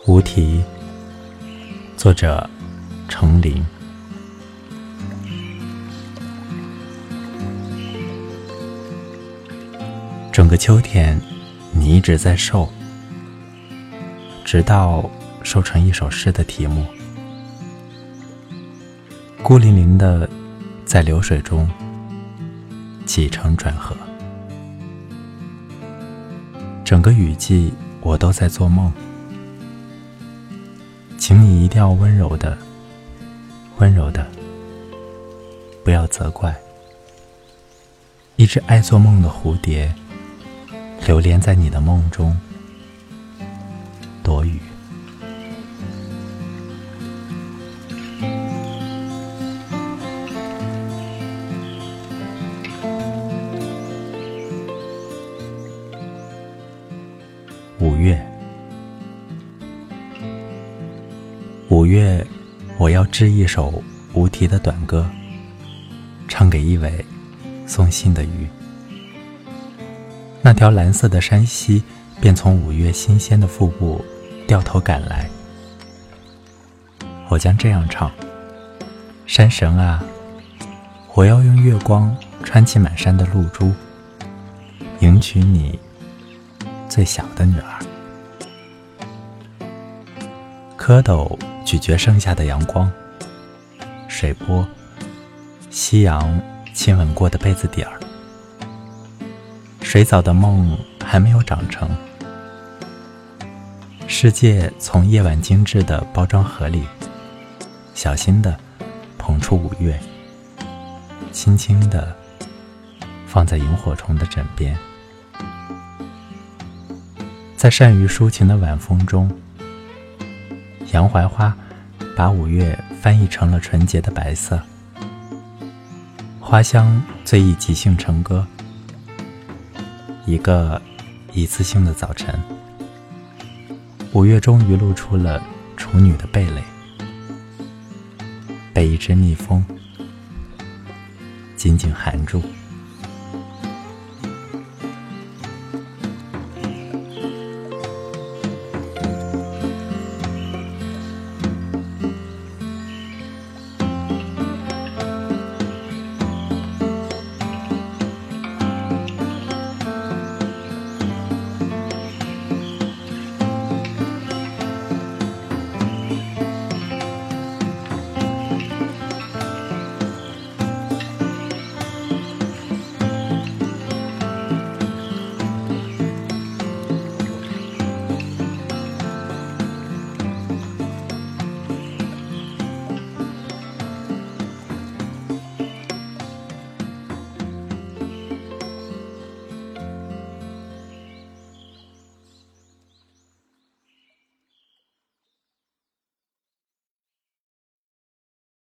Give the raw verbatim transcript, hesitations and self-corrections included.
无题，作者程琳。整个秋天，你一直在瘦，直到瘦成一首诗的题目。孤零零的在流水中起承转合。整个雨季，我都在做梦。请你一定要温柔的，温柔的，不要责怪。一只爱做梦的蝴蝶，流连在你的梦中，躲雨。五月，五月，我要织一首无题的短歌，唱给一尾送信的鱼。那条蓝色的山溪便从五月新鲜的腹部掉头赶来。我将这样唱：山神啊，我要用月光穿起满山的露珠，迎娶你最小的女儿。蝌蚪咀嚼剩下的阳光，水波，夕阳亲吻过的被子底儿。水藻的梦还没有长成，世界从夜晚精致的包装盒里小心地捧出五月，轻轻地放在萤火虫的枕边。在善于抒情的晚风中，洋槐花把五月翻译成了纯洁的白色。花香最易即兴成歌。一个一次性的早晨，五月终于露出了处女的蓓蕾，被一只蜜蜂紧紧含住。